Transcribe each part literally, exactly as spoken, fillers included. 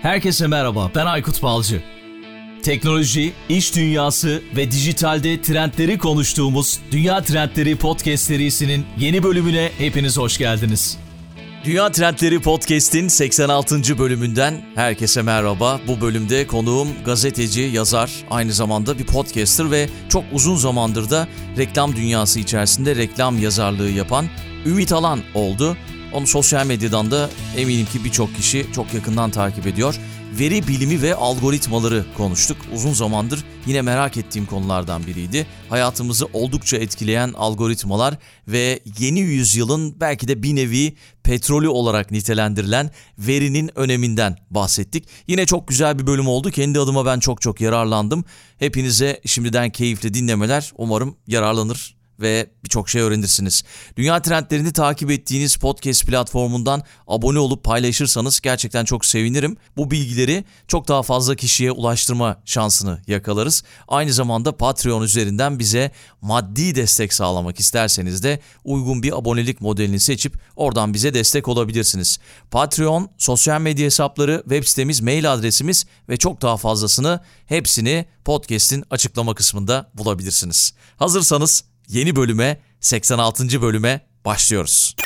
Herkese merhaba, ben Aykut Balcı. Teknoloji, iş dünyası ve dijitalde trendleri konuştuğumuz Dünya Trendleri Podcast serisinin yeni bölümüne hepiniz hoş geldiniz. Dünya Trendleri Podcast'in seksen altıncı bölümünden herkese merhaba. Bu bölümde konuğum gazeteci, yazar, aynı zamanda bir podcaster ve çok uzun zamandır da reklam dünyası içerisinde reklam yazarlığı yapan Ümit Alan oldu. Onu sosyal medyadan da eminim ki birçok kişi çok yakından takip ediyor. Veri bilimi ve algoritmaları konuştuk. Uzun zamandır yine merak ettiğim konulardan biriydi. Hayatımızı oldukça etkileyen algoritmalar ve yeni yüzyılın belki de bir nevi petrolü olarak nitelendirilen verinin öneminden bahsettik. Yine çok güzel bir bölüm oldu. Kendi adıma ben çok çok yararlandım. Hepinize şimdiden keyifli dinlemeler. Umarım yararlanır ve birçok şey öğrenirsiniz. Dünya trendlerini takip ettiğiniz podcast platformundan abone olup paylaşırsanız gerçekten çok sevinirim. Bu bilgileri çok daha fazla kişiye ulaştırma şansını yakalarız. Aynı zamanda Patreon üzerinden bize maddi destek sağlamak isterseniz de uygun bir abonelik modelini seçip oradan bize destek olabilirsiniz. Patreon, sosyal medya hesapları, web sitemiz, mail adresimiz ve çok daha fazlasını hepsini podcast'in açıklama kısmında bulabilirsiniz. Hazırsanız yeni bölüme, seksen altıncı bölüme başlıyoruz.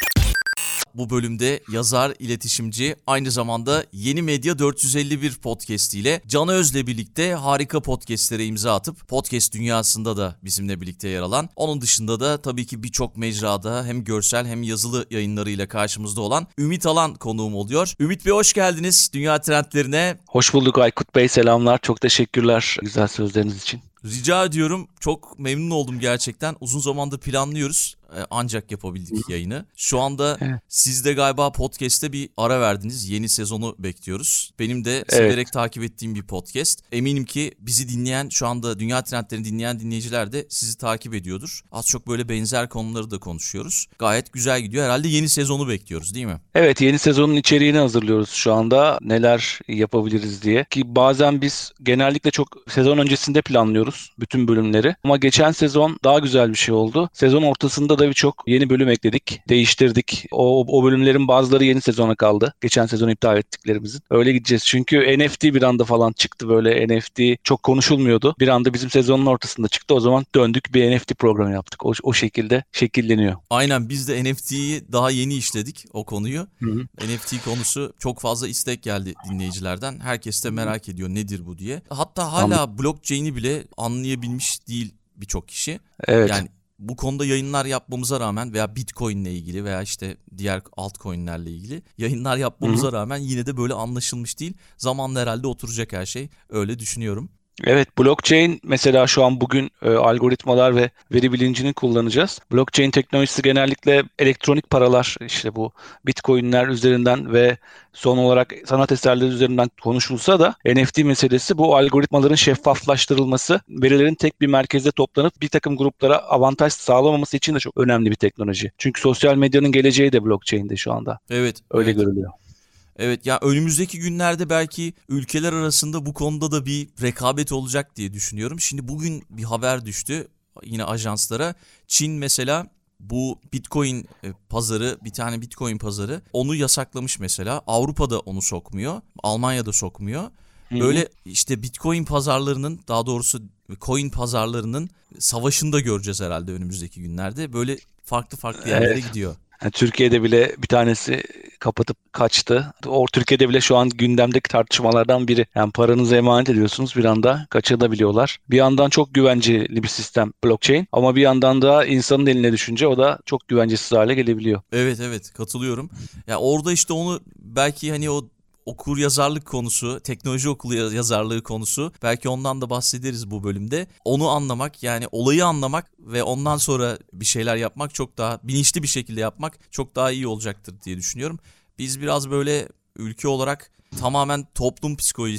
Bu bölümde yazar, iletişimci, aynı zamanda Yeni Medya dört yüz elli bir podcast ile Can Öz'le birlikte harika podcastlere imza atıp podcast dünyasında da bizimle birlikte yer alan, onun dışında da tabii ki birçok mecrada hem görsel hem yazılı yayınlarıyla karşımızda olan Ümit Alan konuğum oluyor. Ümit Bey hoş geldiniz Dünya Trendlerine. Hoş bulduk Aykut Bey, selamlar. Çok teşekkürler güzel sözleriniz için. Rica ediyorum. Çok memnun oldum gerçekten. Uzun zamandır planlıyoruz. Ancak yapabildik yayını. Şu anda evet. Siz de galiba podcast'te bir ara verdiniz. Yeni sezonu bekliyoruz. Benim de severek evet. takip ettiğim bir podcast. Eminim ki bizi dinleyen, şu anda Dünya Trendlerini dinleyen dinleyiciler de sizi takip ediyordur. Az çok böyle benzer konuları da konuşuyoruz. Gayet güzel gidiyor. Herhalde yeni sezonu bekliyoruz değil mi? Evet, yeni sezonun içeriğini hazırlıyoruz şu anda. Neler yapabiliriz diye. Ki bazen biz genellikle çok sezon öncesinde planlıyoruz bütün bölümleri. Ama geçen sezon daha güzel bir şey oldu. Sezon ortasında da birçok yeni bölüm ekledik, değiştirdik. O, o bölümlerin bazıları yeni sezona kaldı. Geçen sezon iptal ettiklerimizin. Öyle gideceğiz. Çünkü N F T bir anda falan çıktı böyle. N F T çok konuşulmuyordu. Bir anda bizim sezonun ortasında çıktı. O zaman döndük bir N F T programı yaptık. O, o şekilde şekilleniyor. Aynen, biz de N F T'yi daha yeni işledik o konuyu. Hı-hı. N F T konusu çok fazla istek geldi dinleyicilerden. Herkes de merak ediyor nedir bu diye. Hatta hala Ama... blockchain'i bile anlayabilmiş değil birçok kişi. Evet. Yani bu konuda yayınlar yapmamıza rağmen veya Bitcoin'le ilgili veya işte diğer altcoin'lerle ilgili yayınlar yapmamıza Hı-hı. rağmen yine de böyle anlaşılmış değil. Zamanla herhalde oturacak her şey. Öyle düşünüyorum. Evet, blockchain mesela şu an bugün e, algoritmalar ve veri bilincini kullanacağız. Blockchain teknolojisi genellikle elektronik paralar, işte bu Bitcoin'ler üzerinden ve son olarak sanat eserleri üzerinden konuşulsa da N F T meselesi bu algoritmaların şeffaflaştırılması, verilerin tek bir merkezde toplanıp bir takım gruplara avantaj sağlamaması için de çok önemli bir teknoloji. Çünkü sosyal medyanın geleceği de blockchain'de şu anda. Evet. Öyle evet. görülüyor. Evet, ya önümüzdeki günlerde belki ülkeler arasında bu konuda da bir rekabet olacak diye düşünüyorum. Şimdi bugün bir haber düştü yine ajanslara. Çin mesela bu Bitcoin pazarı, bir tane Bitcoin pazarı, onu yasaklamış mesela. Avrupa'da onu sokmuyor, Almanya'da sokmuyor. Böyle işte Bitcoin pazarlarının, daha doğrusu coin pazarlarının savaşını da göreceğiz herhalde önümüzdeki günlerde. Böyle farklı farklı yerlere Evet. gidiyor. Yani Türkiye'de bile bir tanesi kapatıp kaçtı. O Türkiye'de bile şu an gündemdeki tartışmalardan biri. Yani paranızı emanet ediyorsunuz, bir anda kaçırabiliyorlar. Bir yandan çok güvenceli bir sistem blockchain ama bir yandan da insanın eline düşünce o da çok güvencesiz hale gelebiliyor. Evet evet, katılıyorum. Ya orada işte onu belki hani o okur yazarlık konusu, teknoloji okulu yazarlığı konusu, belki ondan da bahsederiz bu bölümde. Onu anlamak, yani olayı anlamak ve ondan sonra bir şeyler yapmak, çok daha bilinçli bir şekilde yapmak çok daha iyi olacaktır diye düşünüyorum. Biz biraz böyle ülke olarak tamamen toplum psikolojisi,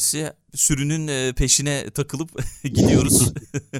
sürünün e, peşine takılıp gidiyoruz.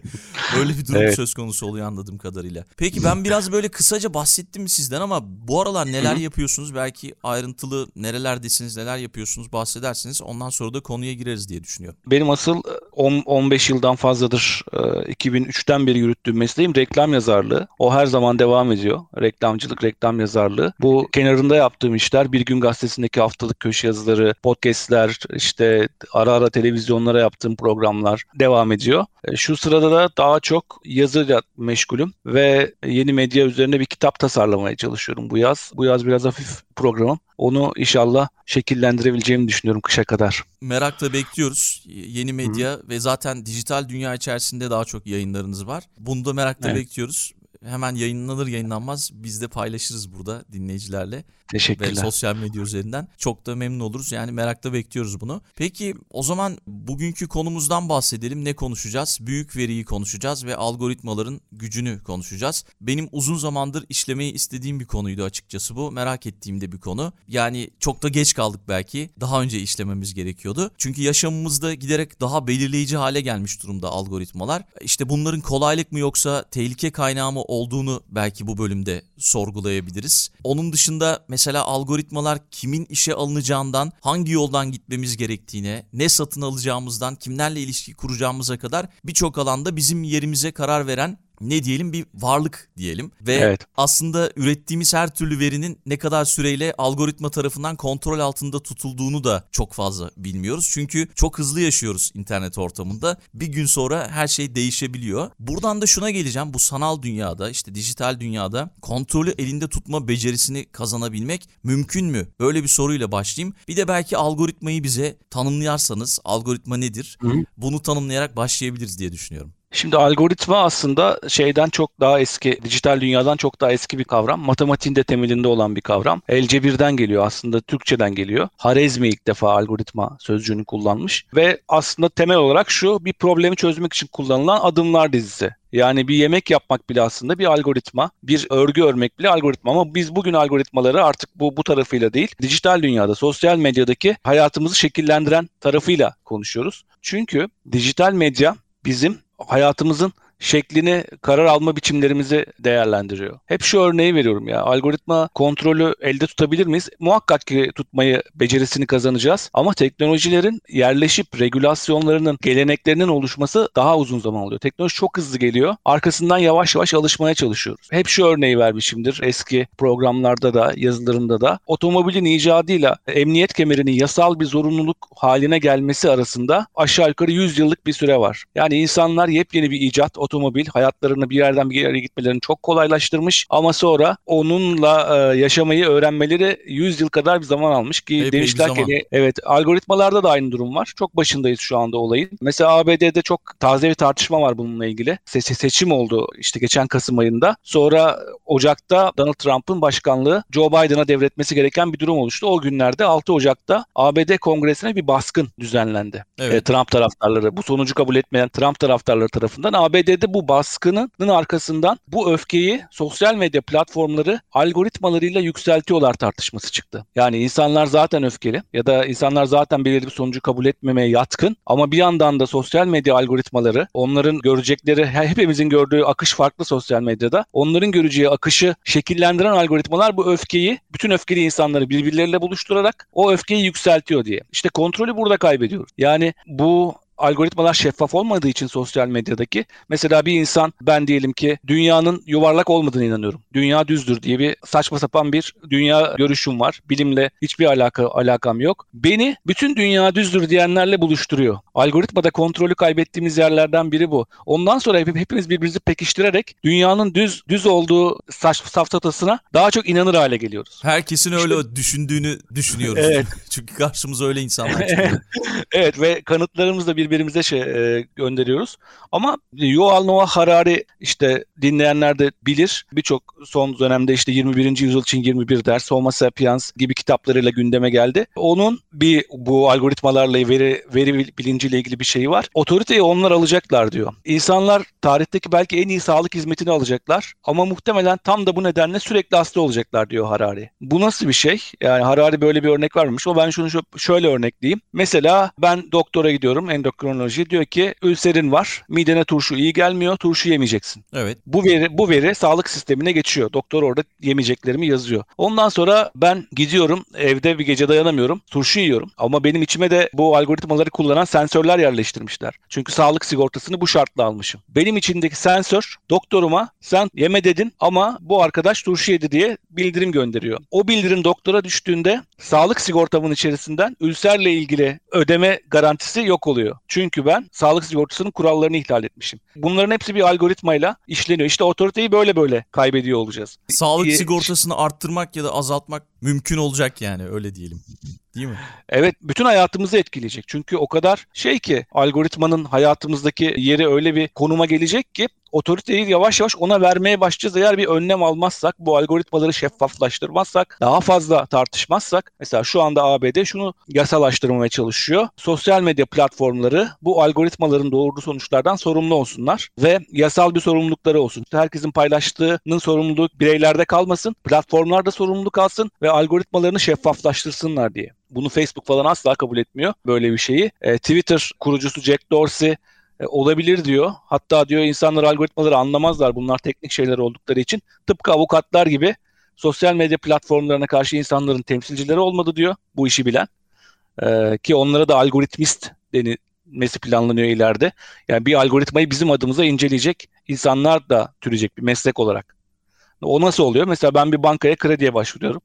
Öyle bir durum Evet. söz konusu oluyor anladığım kadarıyla. Peki ben biraz böyle kısaca bahsettim sizden ama bu aralar neler yapıyorsunuz? Belki ayrıntılı nerelerdesiniz, neler yapıyorsunuz bahsedersiniz. Ondan sonra da konuya gireriz diye düşünüyorum. Benim asıl on on beş yıldan fazladır e, iki bin üçten beri yürüttüğüm mesleğim reklam yazarlığı. O her zaman devam ediyor. Reklamcılık, reklam yazarlığı. Bu kenarında yaptığım işler Bir Gün Gazetesi'ndeki haftalık köşe yazıları, podcastler, işte ara ara televizyonlara yaptığım programlar devam ediyor. E, Şu sırada da daha çok yazıyla meşgulüm ve yeni medya üzerine bir kitap tasarlamaya çalışıyorum bu yaz. Bu yaz biraz hafif programım. Onu inşallah şekillendirebileceğimi düşünüyorum kışa kadar. Merakla bekliyoruz. Yeni medya Hı. ve zaten dijital dünya içerisinde daha çok yayınlarınız var. Bunu da merakla evet. bekliyoruz. Hemen yayınlanır yayınlanmaz biz de paylaşırız burada dinleyicilerle. Teşekkürler. Ve sosyal medya üzerinden. Çok da memnun oluruz. Yani merakla bekliyoruz bunu. Peki o zaman bugünkü konumuzdan bahsedelim. Ne konuşacağız? Büyük veriyi konuşacağız ve algoritmaların gücünü konuşacağız. Benim uzun zamandır işlemeyi istediğim bir konuydu açıkçası bu. Merak ettiğim de bir konu. Yani çok da geç kaldık belki. Daha önce işlememiz gerekiyordu. Çünkü yaşamımızda giderek daha belirleyici hale gelmiş durumda algoritmalar. İşte bunların kolaylık mı yoksa tehlike kaynağı mı olduğunu belki bu bölümde sorgulayabiliriz. Onun dışında mesela algoritmalar kimin işe alınacağından, hangi yoldan gitmemiz gerektiğine, ne satın alacağımızdan, kimlerle ilişki kuracağımıza kadar birçok alanda bizim yerimize karar veren ne diyelim bir varlık diyelim ve evet. aslında ürettiğimiz her türlü verinin ne kadar süreyle algoritma tarafından kontrol altında tutulduğunu da çok fazla bilmiyoruz. Çünkü çok hızlı yaşıyoruz internet ortamında. Bir gün sonra her şey değişebiliyor. Buradan da şuna geleceğim. Bu sanal dünyada, işte dijital dünyada kontrolü elinde tutma becerisini kazanabilmek mümkün mü? Böyle bir soruyla başlayayım. Bir de belki algoritmayı bize tanımlarsanız, algoritma nedir? Hı. Bunu tanımlayarak başlayabiliriz diye düşünüyorum. Şimdi algoritma aslında şeyden çok daha eski, dijital dünyadan çok daha eski bir kavram. Matematiğin de temelinde olan bir kavram. El Cebir'den geliyor aslında, Türkçeden geliyor. Harezmi ilk defa algoritma sözcüğünü kullanmış. Ve aslında temel olarak şu, bir problemi çözmek için kullanılan adımlar dizisi. Yani bir yemek yapmak bile aslında bir algoritma, bir örgü örmek bile algoritma. Ama biz bugün algoritmaları artık bu bu tarafıyla değil, dijital dünyada, sosyal medyadaki hayatımızı şekillendiren tarafıyla konuşuyoruz. Çünkü dijital medya bizim hayatımızın şeklini, karar alma biçimlerimizi değerlendiriyor. Hep şu örneği veriyorum ya. Algoritma kontrolü elde tutabilir miyiz? Muhakkak ki tutmayı, becerisini kazanacağız. Ama teknolojilerin yerleşip regülasyonlarının, geleneklerinin oluşması daha uzun zaman oluyor. Teknoloji çok hızlı geliyor. Arkasından yavaş yavaş alışmaya çalışıyoruz. Hep şu örneği vermişimdir. Eski programlarda da, yazılarımda da. Otomobilin icadıyla emniyet kemerinin yasal bir zorunluluk haline gelmesi arasında aşağı yukarı yüz yıllık bir süre var. Yani insanlar yepyeni bir icat, otomobil hayatlarını bir yerden bir yere gitmelerini çok kolaylaştırmış ama sonra onunla e, yaşamayı öğrenmeleri yüz yıl kadar bir zaman almış ki Epey demişler ki evet, algoritmalarda da aynı durum var. Çok başındayız şu anda olayın. Mesela A B D'de çok taze bir tartışma var bununla ilgili. Se- seçim oldu işte geçen Kasım ayında. Sonra Ocak'ta Donald Trump'ın başkanlığı Joe Biden'a devretmesi gereken bir durum oluştu. O günlerde altı Ocak'ta A B D Kongresi'ne bir baskın düzenlendi. Evet. E, Trump taraftarları, bu sonucu kabul etmeyen Trump taraftarları tarafından A B D'de bu baskının arkasından bu öfkeyi sosyal medya platformları algoritmalarıyla yükseltiyorlar tartışması çıktı. Yani insanlar zaten öfkeli ya da insanlar zaten belirli bir sonucu kabul etmemeye yatkın ama bir yandan da sosyal medya algoritmaları, onların görecekleri, hepimizin gördüğü akış farklı sosyal medyada. Onların göreceği akışı şekillendiren algoritmalar bu öfkeyi, bütün öfkeli insanları birbirleriyle buluşturarak o öfkeyi yükseltiyor diye. İşte kontrolü burada kaybediyoruz. Yani bu algoritmalar şeffaf olmadığı için sosyal medyadaki, mesela bir insan, ben diyelim ki dünyanın yuvarlak olmadığına inanıyorum. Dünya düzdür diye bir saçma sapan bir dünya görüşüm var. Bilimle hiçbir alaka alakam yok. Beni bütün dünya düzdür diyenlerle buluşturuyor. Algoritmada kontrolü kaybettiğimiz yerlerden biri bu. Ondan sonra hep, hepimiz birbirimizi pekiştirerek dünyanın düz düz olduğu saç safsatasına daha çok inanır hale geliyoruz. Herkesin öyle işte, düşündüğünü düşünüyoruz. Evet. Çünkü karşımıza öyle insanlar çıkıyor. Evet ve kanıtlarımız da birbirine birbirimize şey e, gönderiyoruz. Ama Yuval Noah Harari işte dinleyenler de bilir. Birçok son dönemde işte yirmi birinci yüzyıl için yirmi bir ders, Homo Sapiens gibi kitaplarıyla gündeme geldi. Onun bir bu algoritmalarla veri veri bilinciyle ilgili bir şeyi var. Otoriteyi onlar alacaklar diyor. İnsanlar tarihteki belki en iyi sağlık hizmetini alacaklar ama muhtemelen tam da bu nedenle sürekli hasta olacaklar diyor Harari. Bu nasıl bir şey? Yani Harari böyle bir örnek vermiş. O ben şunu şöyle örnekleyeyim. Mesela ben doktora gidiyorum, endokrinoloji, diyor ki ülserin var. Midene turşu iyi gelmiyor. Turşu yemeyeceksin. Evet. Bu veri bu veri sağlık sistemine geçiyor. Doktor orada yemeyeceklerimi yazıyor. Ondan sonra ben gidiyorum, evde bir gece dayanamıyorum. Turşu yiyorum. Ama benim içime de bu algoritmaları kullanan sensörler yerleştirmişler. Çünkü sağlık sigortasını bu şartla almışım. Benim içindeki sensör doktoruma sen yeme dedin ama bu arkadaş turşu yedi diye bildirim gönderiyor. O bildirim doktora düştüğünde sağlık sigortamın içerisinden ülserle ilgili ödeme garantisi yok oluyor. Çünkü ben sağlık sigortasının kurallarını ihlal etmişim. Bunların hepsi bir algoritmayla işleniyor. İşte otoriteyi böyle böyle kaybediyor olacağız. Sağlık Ee, sigortasını arttırmak ya da azaltmak mümkün olacak yani, öyle diyelim. Değil mi? Evet, bütün hayatımızı etkileyecek. Çünkü o kadar şey ki algoritmanın hayatımızdaki yeri öyle bir konuma gelecek ki otoriteyi yavaş yavaş ona vermeye başlayacağız. Eğer bir önlem almazsak, bu algoritmaları şeffaflaştırmazsak, daha fazla tartışmazsak, mesela şu anda A B D şunu yasalaştırmaya çalışıyor. Sosyal medya platformları bu algoritmaların doğurduğu sonuçlardan sorumlu olsunlar ve yasal bir sorumlulukları olsun. Herkesin paylaştığının sorumluluğu bireylerde kalmasın, platformlar da sorumluluk alsın ve algoritmalarını şeffaflaştırsınlar diye. Bunu Facebook falan asla kabul etmiyor böyle bir şeyi. E, Twitter kurucusu Jack Dorsey e, olabilir diyor. Hatta diyor insanlar algoritmaları anlamazlar, bunlar teknik şeyler oldukları için. Tıpkı avukatlar gibi sosyal medya platformlarına karşı insanların temsilcileri olmadı diyor bu işi bilen. E, ki onlara da algoritmist denilmesi planlanıyor ileride. Yani bir algoritmayı bizim adımıza inceleyecek insanlar da türecek bir meslek olarak. O nasıl oluyor? Mesela ben bir bankaya krediye başvuruyorum.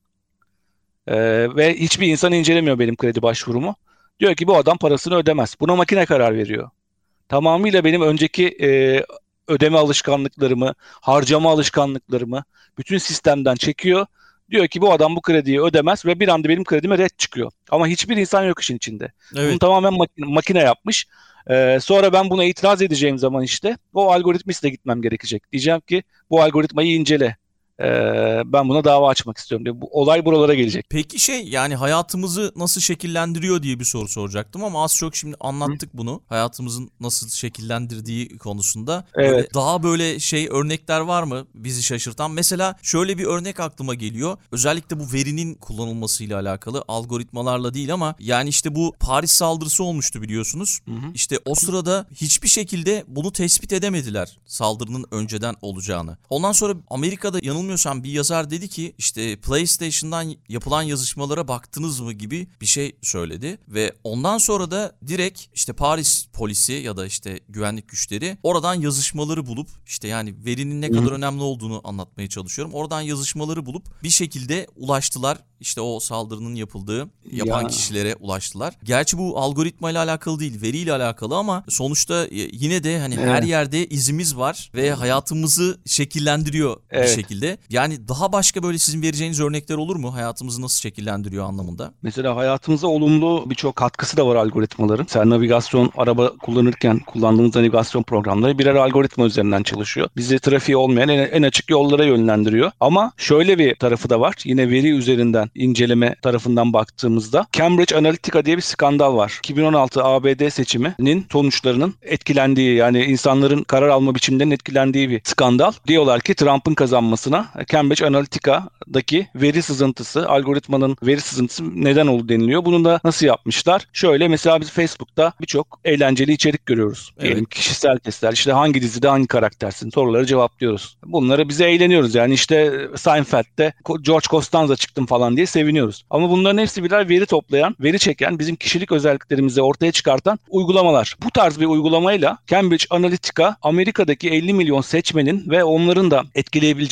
Ee, ve hiçbir insan incelemiyor benim kredi başvurumu. Diyor ki bu adam parasını ödemez. Buna makine karar veriyor. Tamamıyla benim önceki e, ödeme alışkanlıklarımı, harcama alışkanlıklarımı bütün sistemden çekiyor. Diyor ki bu adam bu krediyi ödemez ve bir anda benim kredime red çıkıyor. Ama hiçbir insan yok işin içinde. Evet. Bunu tamamen makine, makine yapmış. Ee, sonra ben buna itiraz edeceğim zaman işte o algoritmistle gitmem gerekecek. Diyeceğim ki bu algoritmayı incele. Ee, ben buna dava açmak istiyorum diye. Bu olay buralara gelecek. Peki şey, yani hayatımızı nasıl şekillendiriyor diye bir soru soracaktım ama az çok şimdi anlattık Hı. bunu. Hayatımızın nasıl şekillendirdiği konusunda. Evet. Böyle daha böyle şey örnekler var mı bizi şaşırtan? Mesela şöyle bir örnek aklıma geliyor. Özellikle bu verinin kullanılmasıyla alakalı, algoritmalarla değil ama yani işte bu Paris saldırısı olmuştu biliyorsunuz. Hı hı. İşte o sırada hiçbir şekilde bunu tespit edemediler, saldırının önceden olacağını. Ondan sonra Amerika'da yanılmıyorsam bir yazar dedi ki işte PlayStation'dan yapılan yazışmalara baktınız mı gibi bir şey söyledi ve ondan sonra da direkt işte Paris polisi ya da işte güvenlik güçleri oradan yazışmaları bulup, işte yani verinin ne kadar önemli olduğunu anlatmaya çalışıyorum. Oradan yazışmaları bulup bir şekilde ulaştılar. İşte o saldırının yapıldığı yapan ya. kişilere ulaştılar. Gerçi bu algoritma ile alakalı değil, veriyle alakalı ama sonuçta yine de hani evet. her yerde izimiz var ve hayatımızı şekillendiriyor evet. bir şekilde. Yani daha başka böyle sizin vereceğiniz örnekler olur mu? Hayatımızı nasıl şekillendiriyor anlamında? Mesela hayatımıza olumlu birçok katkısı da var algoritmaların. Mesela navigasyon, araba kullanırken kullandığımız navigasyon programları birer algoritma üzerinden çalışıyor. Bizi trafiği olmayan en, en açık yollara yönlendiriyor. Ama şöyle bir tarafı da var. Yine veri üzerinden inceleme tarafından baktığımızda Cambridge Analytica diye bir skandal var. iki bin on altı A B D seçiminin sonuçlarının etkilendiği, yani insanların karar alma biçimlerinin etkilendiği bir skandal. Diyorlar ki Trump'ın kazanmasına Cambridge Analytica'daki veri sızıntısı, algoritmanın veri sızıntısı neden oldu deniliyor. Bunu da nasıl yapmışlar? Şöyle, mesela biz Facebook'ta birçok eğlenceli içerik görüyoruz. Evet. Diyelim kişisel testler, işte hangi dizide hangi karaktersin soruları cevaplıyoruz. Bunları bize eğleniyoruz. Yani işte Seinfeld'de George Costanza çıktım falan diye seviniyoruz. Ama bunların hepsi birer veri toplayan, veri çeken, bizim kişilik özelliklerimizi ortaya çıkartan uygulamalar. Bu tarz bir uygulamayla Cambridge Analytica Amerika'daki elli milyon seçmenin ve onların da etkileyebileceği insanların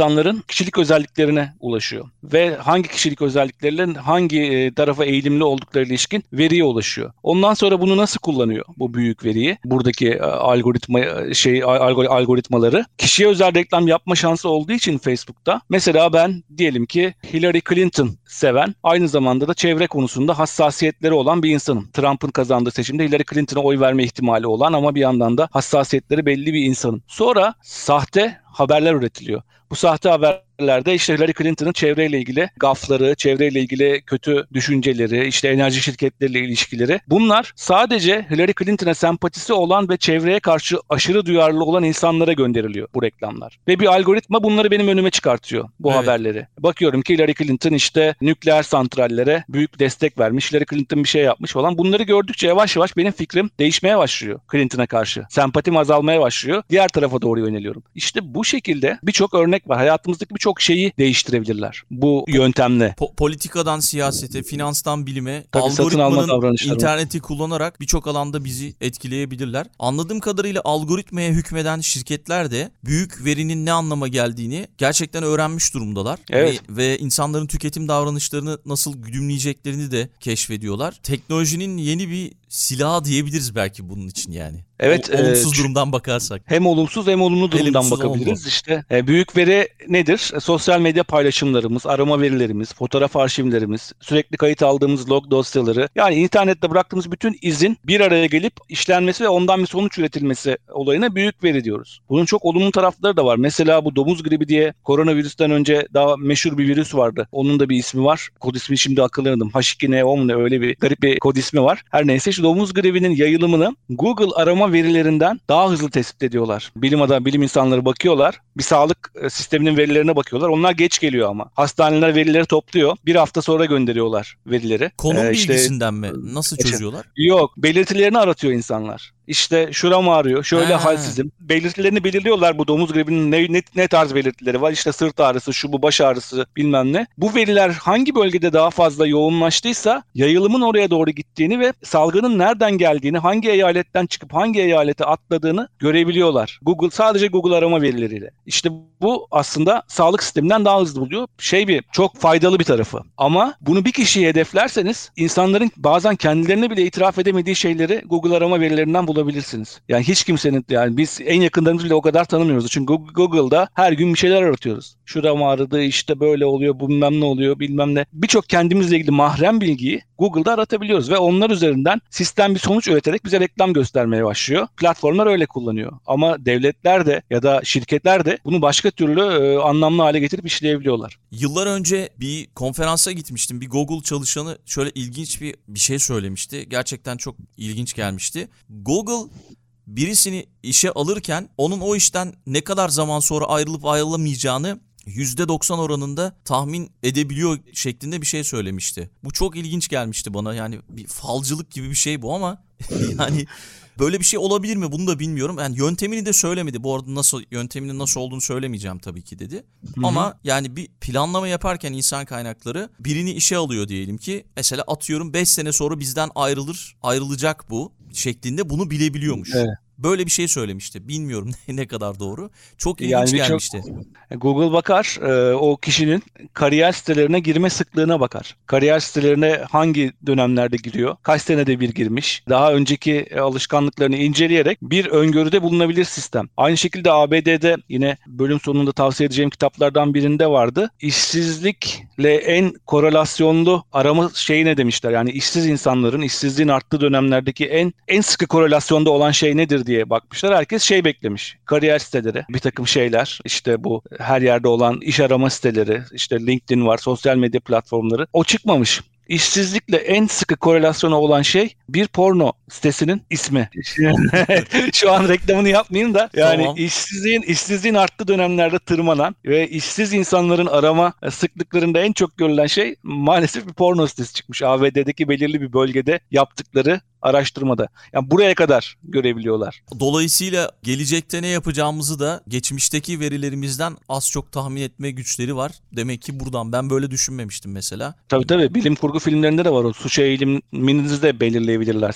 insanların kişilik özelliklerine ulaşıyor. Ve hangi kişilik özelliklerinin hangi tarafa eğilimli oldukları ilişkin veriye ulaşıyor. Ondan sonra bunu nasıl kullanıyor bu büyük veriyi? Buradaki algoritma şey algoritmaları kişiye özel reklam yapma şansı olduğu için Facebook'ta mesela ben diyelim ki Hillary Clinton seven, aynı zamanda da çevre konusunda hassasiyetleri olan bir insanım. Trump'ın kazandığı seçimde Hillary Clinton'a oy verme ihtimali olan ama bir yandan da hassasiyetleri belli bir insanım. Sonra sahte haberler üretiliyor. Bu sahte haberlerde işte Hillary Clinton'ın çevreyle ilgili gafları, çevreyle ilgili kötü düşünceleri, işte enerji şirketleriyle ilişkileri. Bunlar sadece Hillary Clinton'a sempatisi olan ve çevreye karşı aşırı duyarlı olan insanlara gönderiliyor bu reklamlar. Ve bir algoritma bunları benim önüme çıkartıyor, bu Evet. haberleri. Bakıyorum ki Hillary Clinton işte nükleer santrallere büyük destek vermiş, Hillary Clinton bir şey yapmış falan. Bunları gördükçe yavaş yavaş benim fikrim değişmeye başlıyor Clinton'a karşı. Sempatim azalmaya başlıyor. Diğer tarafa doğru yöneliyorum. İşte bu şekilde birçok örnek var. Hayatımızdaki birçok şeyi değiştirebilirler bu yöntemle. Po- politikadan siyasete, finanstan bilime, Tabii satın alma algoritmanın davranışları var. interneti kullanarak birçok alanda bizi etkileyebilirler. Anladığım kadarıyla algoritmaya hükmeden şirketler de büyük verinin ne anlama geldiğini gerçekten öğrenmiş durumdalar. Evet. Ve, ve insanların tüketim davranışlarını nasıl güdümleyeceklerini de keşfediyorlar. Teknolojinin yeni bir silahı diyebiliriz belki bunun için yani. Evet, O, olumsuz e, durumdan bakarsak. Hem olumsuz hem olumlu durumdan Olumsuz, bakabiliriz. İşte e, büyük veri nedir? E, sosyal medya paylaşımlarımız, arama verilerimiz, fotoğraf arşivlerimiz, sürekli kayıt aldığımız log dosyaları. Yani internette bıraktığımız bütün izin bir araya gelip işlenmesi ve ondan bir sonuç üretilmesi olayına büyük veri diyoruz. Bunun çok olumlu tarafları da var. Mesela bu domuz gribi diye koronavirüsten önce daha meşhur bir virüs vardı. Onun da bir ismi var. Kod ismi şimdi akıllandım. H iki N O mu ne, öyle bir garip bir kod ismi var. Her neyse şu domuz gribinin yayılımını Google arama verilerinden daha hızlı tespit ediyorlar. Bilim adamı, bilim insanları bakıyorlar. Bir sağlık sisteminin verilerine bakıyorlar. Onlar geç geliyor ama. Hastaneler verileri topluyor. Bir hafta sonra gönderiyorlar verileri. Konum Ee, işte, bilgisinden mi? Nasıl çözüyorlar? Yok, belirtilerini aratıyor insanlar. İşte şuram ağrıyor, şöyle Ha. halsizim. Belirtilerini belirliyorlar, bu domuz gribinin ne, ne, ne tarz belirtileri var. İşte sırt ağrısı, şu bu, baş ağrısı, bilmem ne. Bu veriler hangi bölgede daha fazla yoğunlaştıysa yayılımın oraya doğru gittiğini ve salgının nereden geldiğini, hangi eyaletten çıkıp hangi eyalete atladığını görebiliyorlar. Google, sadece Google arama verileriyle. İşte bu aslında sağlık sisteminden daha hızlı buluyor. Şey bir çok faydalı bir tarafı. Ama bunu bir kişiye hedeflerseniz insanların bazen kendilerine bile itiraf edemediği şeyleri Google arama verilerinden bulabilirsiniz. Yani hiç kimsenin, yani biz en yakınlarımızı bile o kadar tanımıyoruz. Çünkü Google'da her gün bir şeyler aratıyoruz. Şuram ağrıdı, işte böyle oluyor, bilmem ne oluyor, bilmem ne. Birçok kendimizle ilgili mahrem bilgiyi Google'da aratabiliyoruz ve onlar üzerinden sistem bir sonuç üreterek bize reklam göstermeye başlıyor. Platformlar öyle kullanıyor. Ama devletler de ya da şirketler de bunu başka türlü e, anlamlı hale getirip işleyebiliyorlar. Yıllar önce bir konferansa gitmiştim. Bir Google çalışanı şöyle ilginç bir bir şey söylemişti. Gerçekten çok ilginç gelmişti. Google birisini işe alırken onun o işten ne kadar zaman sonra ayrılıp ayrılamayacağını yüzde doksan oranında tahmin edebiliyor şeklinde bir şey söylemişti. Bu çok ilginç gelmişti bana. Yani bir falcılık gibi bir şey bu ama yani böyle bir şey olabilir mi bunu da bilmiyorum. Yani yöntemini de söylemedi. Bu arada nasıl, yönteminin nasıl olduğunu söylemeyeceğim tabii ki dedi. Hı-hı. Ama yani bir planlama yaparken insan kaynakları birini işe alıyor diyelim ki. Mesela atıyorum beş sene sonra bizden ayrılır, ayrılacak bu şeklinde bunu bilebiliyormuş. Evet. Böyle bir şey söylemişti. Bilmiyorum ne kadar doğru. Çok ilginç yani gelmişti. Çok, Google bakar, e, o kişinin kariyer sitelerine girme sıklığına bakar. Kariyer sitelerine hangi dönemlerde giriyor? Kaç senede bir girmiş? Daha önceki alışkanlıklarını inceleyerek bir öngörüde bulunabilir sistem. Aynı şekilde A B D'de yine bölüm sonunda tavsiye edeceğim kitaplardan birinde vardı. İşsizlikle en korelasyonlu arama şeyi ne demişler? Yani işsiz insanların işsizliğin arttığı dönemlerdeki en en sıkı korelasyonda olan şey nedir diye bakmışlar. Herkes şey beklemiş. Kariyer siteleri, bir takım şeyler, işte bu her yerde olan iş arama siteleri, işte LinkedIn var, sosyal medya platformları. O çıkmamış. İşsizlikle en sıkı korelasyonu olan şey bir porno sitesinin ismi. Şu an reklamını yapmayayım da yani tamam. işsizliğin işsizliğin arttığı dönemlerde tırmanan ve işsiz insanların arama sıklıklarında en çok görülen şey maalesef bir porno sitesi çıkmış. A B D'deki belirli bir bölgede yaptıkları araştırmada. Yani buraya kadar görebiliyorlar. Dolayısıyla gelecekte ne yapacağımızı da geçmişteki verilerimizden az çok tahmin etme güçleri var. Demek ki buradan ben böyle düşünmemiştim mesela. Tabii tabii. Bilim kurgu filmlerinde de var o. Suç eğiliminizi de belirleyebilirler sizin. O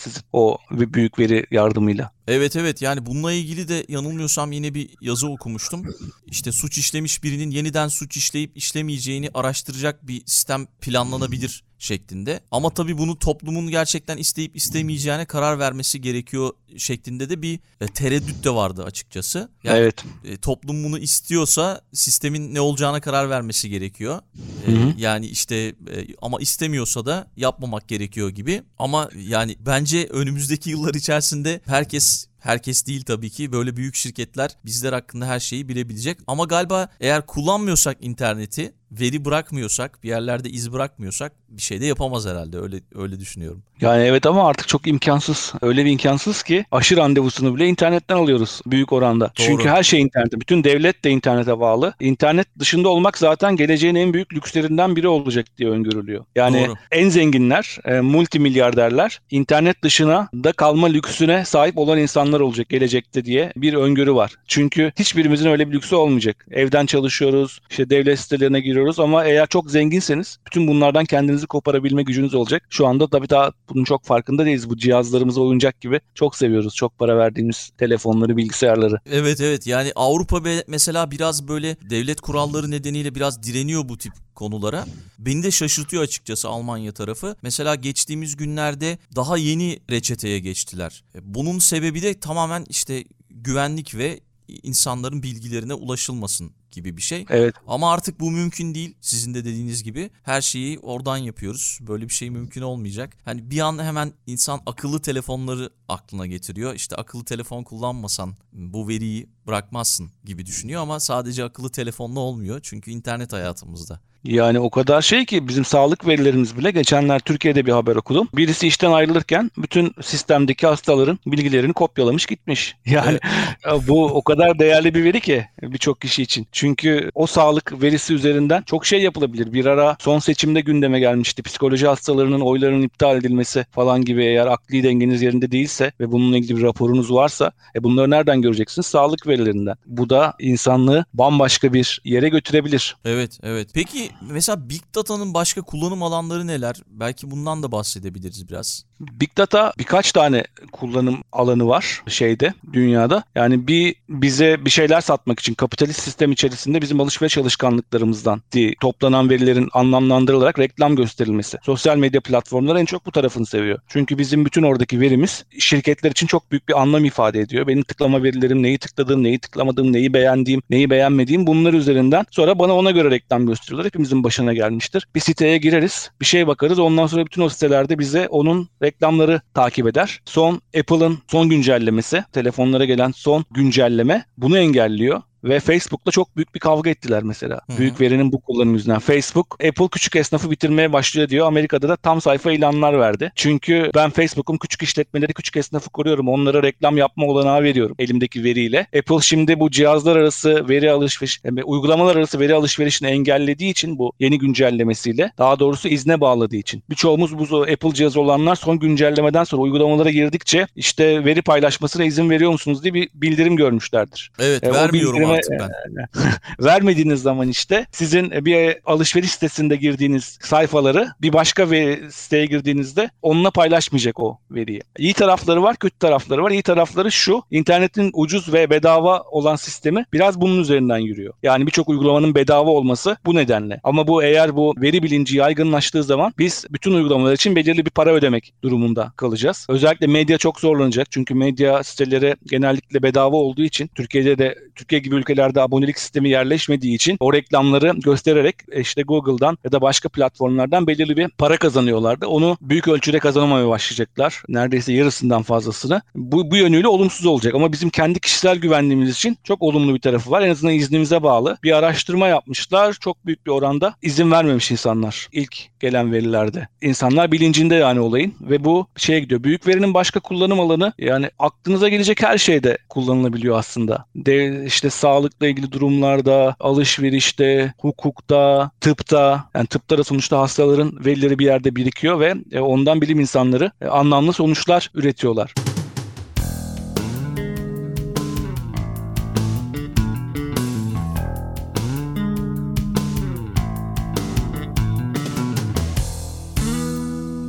o büyük veri yardımıyla. Evet evet, yani bununla ilgili de yanılmıyorsam yine bir yazı okumuştum. İşte suç işlemiş birinin yeniden suç işleyip işlemeyeceğini araştıracak bir sistem planlanabilir şeklinde. Ama tabii bunu toplumun gerçekten isteyip istemeyeceğine karar vermesi gerekiyor şeklinde de bir e, tereddüt de vardı açıkçası. Yani evet. e, toplum bunu istiyorsa sistemin ne olacağına karar vermesi gerekiyor. E, Hı hı. Yani işte e, ama istemiyorsa da yapmamak gerekiyor gibi. Ama yani bence önümüzdeki yıllar içerisinde herkes Herkes değil tabii ki, böyle büyük şirketler bizler hakkında her şeyi bilebilecek. Ama galiba eğer kullanmıyorsak interneti, veri bırakmıyorsak, bir yerlerde iz bırakmıyorsak bir şey de yapamaz herhalde, öyle öyle düşünüyorum. Yani evet, ama artık çok imkansız. Öyle bir imkansız ki aşı randevusunu bile internetten alıyoruz büyük oranda. Doğru. Çünkü her şey internete. Bütün devlet de internete bağlı. İnternet dışında olmak zaten geleceğin en büyük lükslerinden biri olacak diye öngörülüyor. Yani Doğru. en zenginler, e, multimilyarderler internet dışına da kalma lüksüne sahip olan insanlar olacak gelecekte diye bir öngörü var. Çünkü hiçbirimizin öyle bir lüksü olmayacak. Evden çalışıyoruz, işte devlet sitelerine giriyoruz ama eğer çok zenginseniz bütün bunlardan kendinizi koparabilme gücünüz olacak. Şu anda tabii daha bunun çok farkında değiliz. Bu cihazlarımızı oyuncak gibi çok seviyoruz. Çok para verdiğimiz telefonları, bilgisayarları. Evet evet, yani Avrupa be- mesela biraz böyle devlet kuralları nedeniyle biraz direniyor bu tip konulara. Beni de şaşırtıyor açıkçası Almanya tarafı. Mesela geçtiğimiz günlerde daha yeni reçeteye geçtiler. Bunun sebebi de tamamen işte güvenlik ve insanların bilgilerine ulaşılmasın gibi bir şey. Evet. Ama artık bu mümkün değil. Sizin de dediğiniz gibi her şeyi oradan yapıyoruz. Böyle bir şey mümkün olmayacak. Hani bir an hemen insan akıllı telefonları aklına getiriyor. İşte akıllı telefon kullanmasan bu veriyi bırakmazsın gibi düşünüyor ama sadece akıllı telefonla olmuyor. Çünkü internet hayatımızda. Yani o kadar şey ki bizim sağlık verilerimiz bile, geçenler Türkiye'de bir haber okudum. Birisi işten ayrılırken bütün sistemdeki hastaların bilgilerini kopyalamış gitmiş. Yani bu o kadar değerli bir veri ki birçok kişi için. Çünkü o sağlık verisi üzerinden çok şey yapılabilir. Bir ara son seçimde gündeme gelmişti. Psikoloji hastalarının oylarının iptal edilmesi falan gibi, eğer akli dengeniz yerinde değilse ve bununla ilgili bir raporunuz varsa e bunları nereden göreceksiniz? Sağlık verilerinden. Bu da insanlığı bambaşka bir yere götürebilir. Evet, evet. Peki mesela Big Data'nın başka kullanım alanları neler? Belki bundan da bahsedebiliriz biraz. Big Data birkaç tane kullanım alanı var şeyde, dünyada. Yani bir bize bir şeyler satmak için kapitalist sistem içerisinde bizim alışveriş alışkanlıklarımızdan toplanan verilerin anlamlandırılarak reklam gösterilmesi. Sosyal medya platformları en çok bu tarafını seviyor. Çünkü bizim bütün oradaki verimiz şirketler için çok büyük bir anlam ifade ediyor. Benim tıklama verilerim, neyi tıkladığım, neyi tıklamadığım, neyi beğendiğim, neyi beğenmediğim, bunlar üzerinden sonra bana ona göre reklam gösteriyorlar. Hepimizin başına gelmiştir. Bir siteye gireriz, bir şeye bakarız. Ondan sonra bütün o sitelerde bize onun reklamları takip eder. Son Apple'ın son güncellemesi, telefonlara gelen son güncelleme bunu engelliyor. Ve Facebook'la çok büyük bir kavga ettiler mesela. Hı hı. Büyük verinin bu kullanımı yüzünden. Facebook, Apple küçük esnafı bitirmeye başlıyor diyor. Amerika'da da tam sayfa ilanlar verdi. Çünkü ben Facebook'un küçük işletmeleri, küçük esnafı koruyorum. Onlara reklam yapma olanağı veriyorum elimdeki veriyle. Apple şimdi bu cihazlar arası veri alışveriş, yani uygulamalar arası veri alışverişini engellediği için, bu yeni güncellemesiyle, daha doğrusu izne bağladığı için. Birçoğumuz bu Apple cihazı olanlar son güncellemeden sonra uygulamalara girdikçe işte veri paylaşmasına izin veriyor musunuz diye bir bildirim görmüşlerdir. Evet, E, vermiyorum artık ben. Vermediğiniz zaman işte sizin bir alışveriş sitesinde girdiğiniz sayfaları bir başka bir siteye girdiğinizde onunla paylaşmayacak o veriyi. İyi tarafları var, kötü tarafları var. İyi tarafları şu: internetin ucuz ve bedava olan sistemi biraz bunun üzerinden yürüyor. Yani birçok uygulamanın bedava olması bu nedenle. Ama bu eğer bu veri bilinci yaygınlaştığı zaman biz bütün uygulamalar için belirli bir para ödemek durumunda kalacağız. Özellikle medya çok zorlanacak. Çünkü medya siteleri genellikle bedava olduğu için, Türkiye'de de Türkiye gibi ülkelerde abonelik sistemi yerleşmediği için o reklamları göstererek işte Google'dan ya da başka platformlardan belirli bir para kazanıyorlardı. Onu büyük ölçüde kazanamaya başlayacaklar. Neredeyse yarısından fazlasını. Bu, bu yönüyle olumsuz olacak. Ama bizim kendi kişisel güvenliğimiz için çok olumlu bir tarafı var. En azından iznimize bağlı. Bir araştırma yapmışlar. Çok büyük bir oranda izin vermemiş insanlar ilk gelen verilerde. İnsanlar bilincinde yani olayın ve bu şeye gidiyor. Büyük verinin başka kullanım alanı, yani aklınıza gelecek her şeyde kullanılabiliyor aslında. De, işte sağlıkla ilgili durumlarda, alışverişte, hukukta, tıpta, yani tıpta da sonuçta hastaların verileri bir yerde birikiyor ve ondan bilim insanları anlamlı sonuçlar üretiyorlar.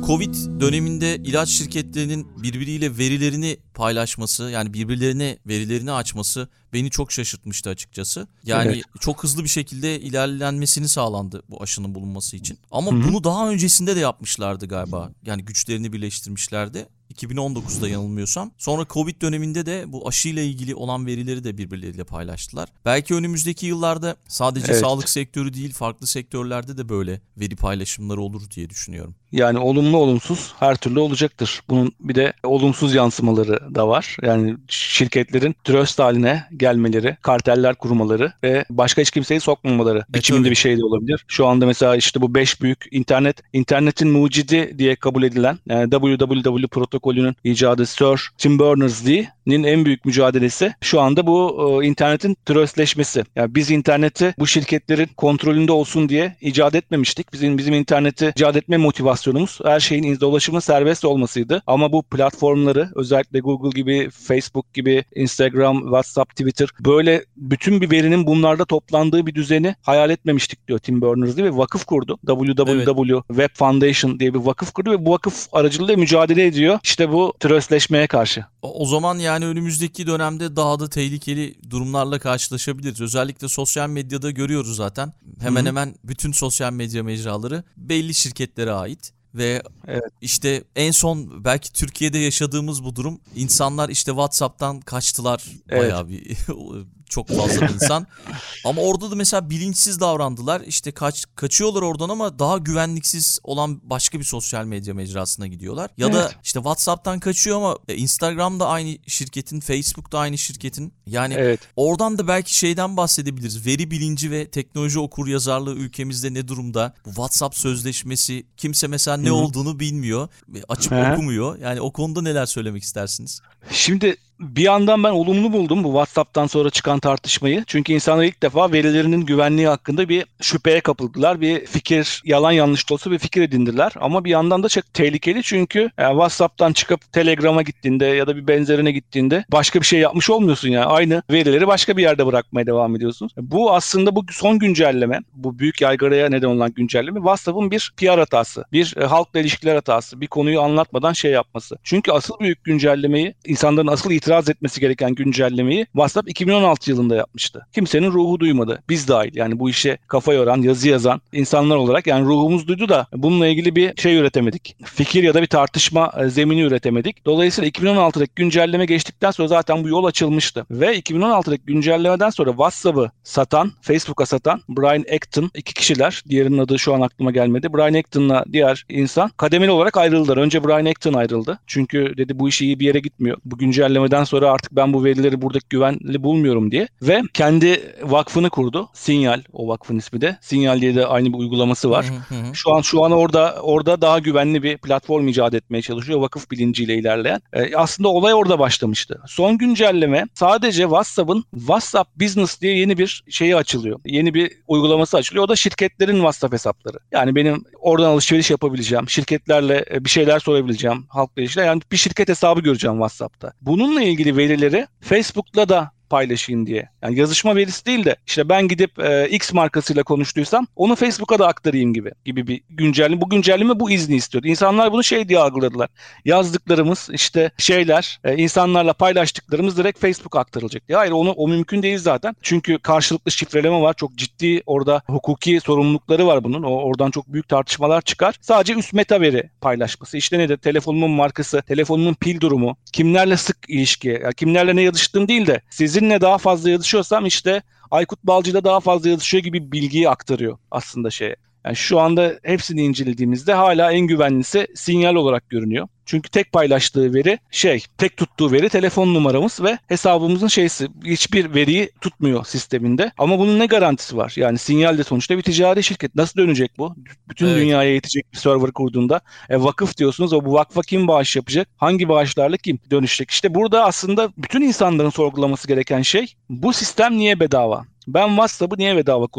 Covid döneminde ilaç şirketlerinin birbiriyle verilerini paylaşması, yani birbirlerine verilerini açması beni çok şaşırtmıştı açıkçası. Yani Evet. çok hızlı bir şekilde ilerlenmesini sağlandı bu aşının bulunması için. Ama Hı hı. bunu daha öncesinde de yapmışlardı galiba. Yani güçlerini birleştirmişlerdi. iki bin on dokuzda yanılmıyorsam. Sonra Covid döneminde de bu aşıyla ilgili olan verileri de birbirleriyle paylaştılar. Belki önümüzdeki yıllarda sadece Evet. sağlık sektörü değil, farklı sektörlerde de böyle veri paylaşımları olur diye düşünüyorum. Yani olumlu olumsuz her türlü olacaktır. Bunun bir de olumsuz yansımaları da var. Yani şirketlerin tröst haline gelmeleri, karteller kurmaları ve başka hiç kimseyi sokmamaları biçiminde tabii. bir şey de olabilir. Şu anda mesela işte bu beş büyük internet, internetin mucidi diye kabul edilen yani W W W protokolünün icadı Sir Tim Berners-Lee'nin en büyük mücadelesi şu anda bu e, internetin tröstleşmesi. Yani biz interneti bu şirketlerin kontrolünde olsun diye icat etmemiştik. Bizim bizim interneti icat etme motivasyonumuz her şeyin dolaşımın serbest olmasıydı. Ama bu platformları özellikle Google gibi, Facebook gibi, Instagram, WhatsApp, Twitter böyle bütün bir verinin bunlarda toplandığı bir düzeni hayal etmemiştik diyor Tim Berners-Lee ve vakıf kurdu. W W W Web Foundation diye bir vakıf kurdu ve bu vakıf aracılığıyla mücadele ediyor. İşte bu tröstleşmeye karşı. O o zaman yani önümüzdeki dönemde daha da tehlikeli durumlarla karşılaşabiliriz. Özellikle sosyal medyada görüyoruz zaten. Hemen Hı hı. hemen bütün sosyal medya mecraları belli şirketlere ait. Ve Evet. işte en son belki Türkiye'de yaşadığımız bu durum, insanlar işte WhatsApp'tan kaçtılar, Evet. bayağı bir çok fazla bir insan. Ama orada da mesela bilinçsiz davrandılar. İşte kaç kaçıyorlar oradan ama daha güvenliksiz olan başka bir sosyal medya mecrasına gidiyorlar. Ya da Evet. işte WhatsApp'tan kaçıyor ama Instagram da aynı şirketin, Facebook da aynı şirketin. Yani Evet. oradan da belki şeyden bahsedebiliriz. Veri bilinci ve teknoloji okuryazarlığı ülkemizde ne durumda? Bu WhatsApp sözleşmesi, kimse mesela ne Hı hı. olduğunu bilmiyor, açıp Hı hı. okumuyor. Yani o konuda neler söylemek istersiniz? Şimdi bir yandan ben olumlu buldum bu WhatsApp'tan sonra çıkan tartışmayı. Çünkü insanlar ilk defa verilerinin güvenliği hakkında bir şüpheye kapıldılar. Bir fikir, yalan yanlış da olsa bir fikir edindiler. Ama bir yandan da çok tehlikeli çünkü yani WhatsApp'tan çıkıp Telegram'a gittiğinde ya da bir benzerine gittiğinde başka bir şey yapmış olmuyorsun yani. Aynı verileri başka bir yerde bırakmaya devam ediyorsun. Bu aslında bu son güncelleme, bu büyük yaygaraya neden olan güncelleme WhatsApp'ın bir P R hatası, bir e, halkla ilişkiler hatası, bir konuyu anlatmadan şey yapması. Çünkü asıl büyük güncellemeyi, insanların asıl itiraz etmesi gereken güncellemeyi WhatsApp iki bin on altı yılında yapmıştı. Kimsenin ruhu duymadı. Biz dahil. Yani bu işe kafa yoran, yazı yazan insanlar olarak yani ruhumuz duydu da bununla ilgili bir şey üretemedik. Fikir ya da bir tartışma e, zemini üretemedik. Dolayısıyla iki bin on altıdaki güncelleme geçtikten sonra zaten bu yol açılmıştı. Ve iki bin on altıdaki güncellemeden sonra WhatsApp'ı satan, Facebook'a satan Brian Acton iki kişiler, diğerinin adı şu an aklıma gelmedi. Brian Acton'la diğer insan kademeli olarak ayrıldılar. Önce Brian Acton ayrıldı. Çünkü dedi bu iş iyi bir yere gitmiyor. Bu güncellemeden sonra artık ben bu verileri buradaki güvenli bulmuyorum diye. Ve kendi vakfını kurdu. Sinyal, o vakfın ismi de. Sinyal diye de aynı bir uygulaması var. Hı hı hı. Şu an şu an orada orada daha güvenli bir platform icat etmeye çalışıyor. Vakıf bilinciyle ilerleyen. Ee, aslında olay orada başlamıştı. Son güncelleme sadece WhatsApp'ın WhatsApp Business diye yeni bir şeyi açılıyor. Yeni bir uygulaması açılıyor. O da şirketlerin WhatsApp hesapları. Yani benim oradan alışveriş yapabileceğim, şirketlerle bir şeyler sorabileceğim, halkla ilişkiler. Yani bir şirket hesabı göreceğim WhatsApp'ta. Bununla ilgili verileri Facebook'la da paylaşayım diye. Yani yazışma verisi değil de işte ben gidip e, X markasıyla konuştuysam onu Facebook'a da aktarayım gibi gibi bir güncelleme. Bu güncelleme bu izni istiyordu. İnsanlar bunu şey diye algıladılar. Yazdıklarımız işte şeyler e, insanlarla paylaştıklarımız direkt Facebook'a aktarılacak diye. Hayır onu o mümkün değil zaten. Çünkü karşılıklı şifreleme var. Çok ciddi orada hukuki sorumlulukları var bunun. O, oradan çok büyük tartışmalar çıkar. Sadece üst meta veri paylaşması. İşte nedir? Telefonumun markası, telefonumun pil durumu, kimlerle sık ilişki, yani kimlerle ne yazıştığım değil de sizinle daha fazla yazışıyorsam işte Aykut Balcı'yla daha fazla yazışıyor gibi bilgiyi aktarıyor aslında şeye. Yani şu anda hepsini incelediğimizde hala en güvenlisi Sinyal olarak görünüyor. Çünkü tek paylaştığı veri şey, tek tuttuğu veri telefon numaramız ve hesabımızın şeysi. Hiçbir veriyi tutmuyor sisteminde. Ama bunun ne garantisi var? Yani Sinyal de sonuçta bir ticari şirket. Nasıl dönecek bu? Bütün Evet. dünyaya yetecek bir server kurduğunda. E, vakıf diyorsunuz. O bu vakfa kim bağış yapacak? Hangi bağışlarla kim dönüşecek? İşte burada aslında bütün insanların sorgulaması gereken şey bu sistem niye bedava? Ben WhatsApp'ı niye bedava kullanıyorum?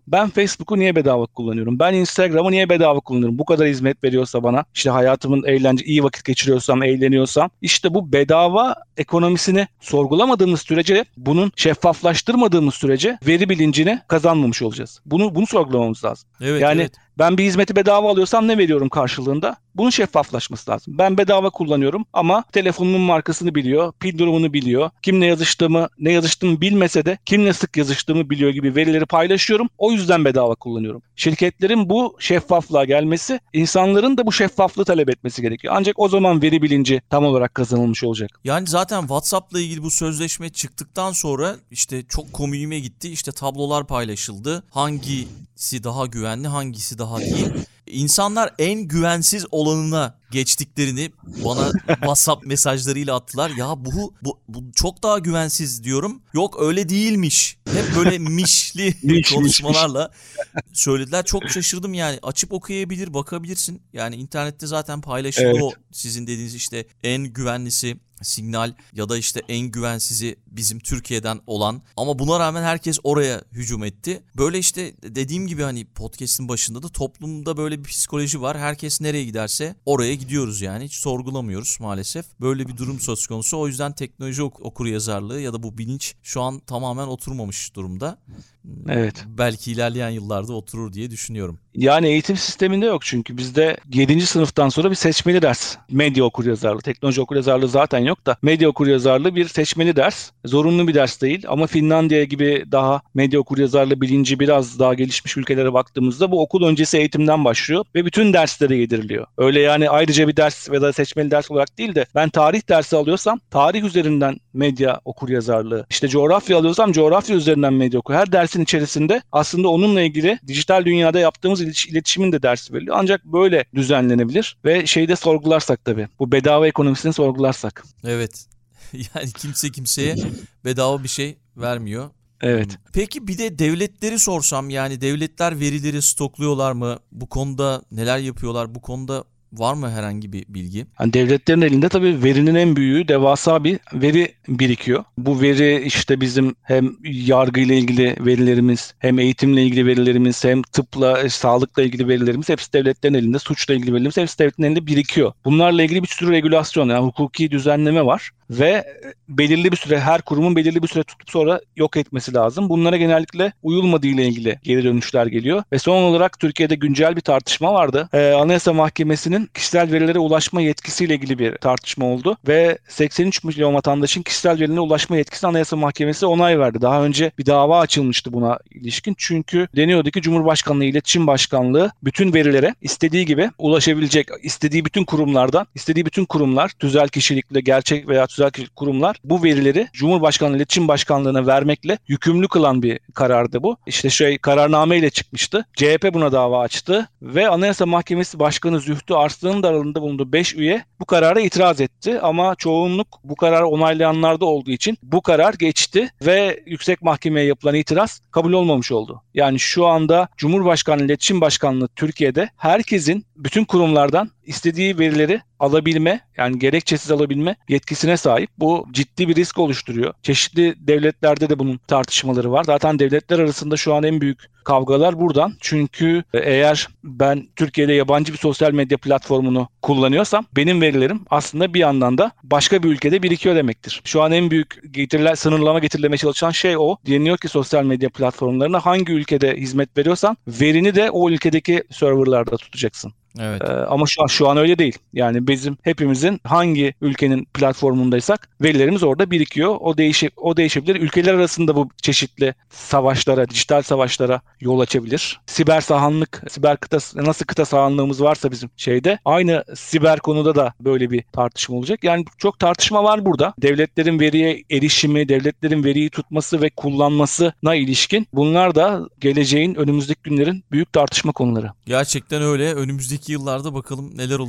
Ben Facebook'u niye bedava kullanıyorum? Ben Instagram'ı niye bedava kullanıyorum? Bu kadar hizmet veriyorsa bana, işte hayatımın eğlence, iyi vakit geçiriyorsam, eğleniyorsam, işte bu bedava ekonomisini sorgulamadığımız sürece, bunun şeffaflaştırmadığımız sürece veri bilincini kazanmamış olacağız. Bunu bunu sorgulamamız lazım. Evet, Yani evet. ben bir hizmeti bedava alıyorsam ne veriyorum karşılığında? Bunun şeffaflaşması lazım. Ben bedava kullanıyorum ama telefonumun markasını biliyor, pil durumunu biliyor, kimle yazıştığımı, ne yazıştığımı bilmese de kimle sık yazıştığımı biliyor gibi verileri paylaşıyorum. O yüzden bedava kullanıyorum. Şirketlerin bu şeffaflığa gelmesi, insanların da bu şeffaflığı talep etmesi gerekiyor. Ancak o zaman veri bilinci tam olarak kazanılmış olacak. Yani zaten WhatsApp'la ilgili bu sözleşme çıktıktan sonra işte çok komiğime gitti. İşte tablolar paylaşıldı. Hangisi daha güvenli, hangisi daha değil. İnsanlar en güvensiz olanına geçtiklerini bana WhatsApp mesajlarıyla attılar. Ya bu, bu, bu çok daha güvensiz diyorum. Yok öyle değilmiş. Hep böyle mişli Miş, konuşmalarla söylediler. Çok şaşırdım yani. Açıp okuyabilir, bakabilirsin. Yani internette zaten paylaşıldı Evet. o sizin dediğiniz işte en güvenlisi Signal ya da işte en güvensizi bizim Türkiye'den olan, ama buna rağmen herkes oraya hücum etti. Böyle işte dediğim gibi hani podcast'in başında da toplumda böyle bir psikoloji var. Herkes nereye giderse oraya gidiyoruz yani. Hiç sorgulamıyoruz maalesef. Böyle bir durum söz konusu. O yüzden teknoloji ok- okuryazarlığı ya da bu bilinç şu an tamamen oturmamış durumda. Evet. Belki ilerleyen yıllarda oturur diye düşünüyorum. Yani eğitim sisteminde yok, çünkü bizde yedinci sınıftan sonra bir seçmeli ders. Medya okuryazarlığı, teknoloji okuryazarlığı zaten yok da medya okuryazarlığı bir seçmeli ders. Zorunlu bir ders değil ama Finlandiya gibi daha medya okuryazarlığı bilinci biraz daha gelişmiş ülkelere baktığımızda bu okul öncesi eğitimden başlıyor ve bütün derslere yediriliyor. Öyle yani ayrıca bir ders ya da seçmeli ders olarak değil de ben tarih dersi alıyorsam tarih üzerinden medya okuryazarlığı, işte coğrafya alıyorsam coğrafya üzerinden medya okur. Her dersin içerisinde aslında onunla ilgili dijital dünyada yaptığımız iletişimin de dersi veriliyor. Ancak böyle düzenlenebilir ve şeyde sorgularsak tabii, bu bedava ekonomisini sorgularsak. Evet. Yani kimse kimseye bedava bir şey vermiyor. Evet. Peki bir de devletleri sorsam, yani devletler verileri stokluyorlar mı? Bu konuda neler yapıyorlar? Bu konuda var mı herhangi bir bilgi? Yani devletlerin elinde tabii verinin en büyüğü, devasa bir veri birikiyor. Bu veri işte bizim hem yargıyla ilgili verilerimiz, hem eğitimle ilgili verilerimiz, hem tıpla, e, sağlıkla ilgili verilerimiz hepsi devletlerin elinde, suçla ilgili verilerimiz hepsi devletlerin elinde birikiyor. Bunlarla ilgili bir sürü regülasyon, yani hukuki düzenleme var ve belirli bir süre, her kurumun belirli bir süre tutup sonra yok etmesi lazım. Bunlara genellikle uyulmadığı ile ilgili geri dönüşler geliyor. Ve son olarak Türkiye'de güncel bir tartışma vardı. Ee, Anayasa Mahkemesi'nin kişisel verilere ulaşma yetkisiyle ilgili bir tartışma oldu ve seksen üç milyon vatandaşın kişisel verilerine ulaşma yetkisi Anayasa Mahkemesi onay verdi. Daha önce bir dava açılmıştı buna ilişkin. Çünkü deniyordu ki Cumhurbaşkanlığı İletişim Başkanlığı bütün verilere istediği gibi ulaşabilecek, istediği bütün kurumlardan, istediği bütün kurumlar, tüzel kişilikle, gerçek veya tüzel kişilik kurumlar bu verileri Cumhurbaşkanlığı İletişim Başkanlığı'na vermekle yükümlü kılan bir karardı bu. İşte şey kararnameyle çıkmıştı. C H P buna dava açtı ve Anayasa Mahkemesi Başkanı Zühtü Arslan'ın da aralarında bulunduğu beş üye bu karara itiraz etti. Ama çoğunluk bu kararı onaylayanlarda olduğu için bu karar geçti ve Yüksek Mahkemeye yapılan itiraz kabul olmamış oldu. Yani şu anda Cumhurbaşkanlığı İletişim Başkanlığı Türkiye'de herkesin bütün kurumlardan istediği verileri alabilme, yani gerekçesiz alabilme yetkisine sahip. Bu ciddi bir risk oluşturuyor. Çeşitli devletlerde de bunun tartışmaları var. Zaten devletler arasında şu an en büyük kavgalar buradan. Çünkü eğer ben Türkiye'de yabancı bir sosyal medya platformunu kullanıyorsam benim verilerim aslında bir yandan da başka bir ülkede birikiyor demektir. Şu an en büyük getirilen, sınırlama getirilmeye çalışan şey o. Deniyor ki sosyal medya platformlarına hangi ülkede hizmet veriyorsan verini de o ülkedeki serverlarda tutacaksın. Evet. Ee, ama şu an şu an öyle değil. Yani bizim hepimizin hangi ülkenin platformundaysak verilerimiz orada birikiyor. O değişi o değişebilir. Ülkeler arasında bu çeşitli savaşlara, dijital savaşlara yol açabilir. Siber sahanlık, siber kıta, nasıl kıta sahanlığımız varsa bizim şeyde, aynı siber konuda da böyle bir tartışma olacak. Yani çok tartışma var burada. Devletlerin veriye erişimi, devletlerin veriyi tutması ve kullanmasına ilişkin, bunlar da geleceğin, önümüzdeki günlerin büyük tartışma konuları. Gerçekten öyle. Önümüzdeki yıllarda bakalım neler olacak.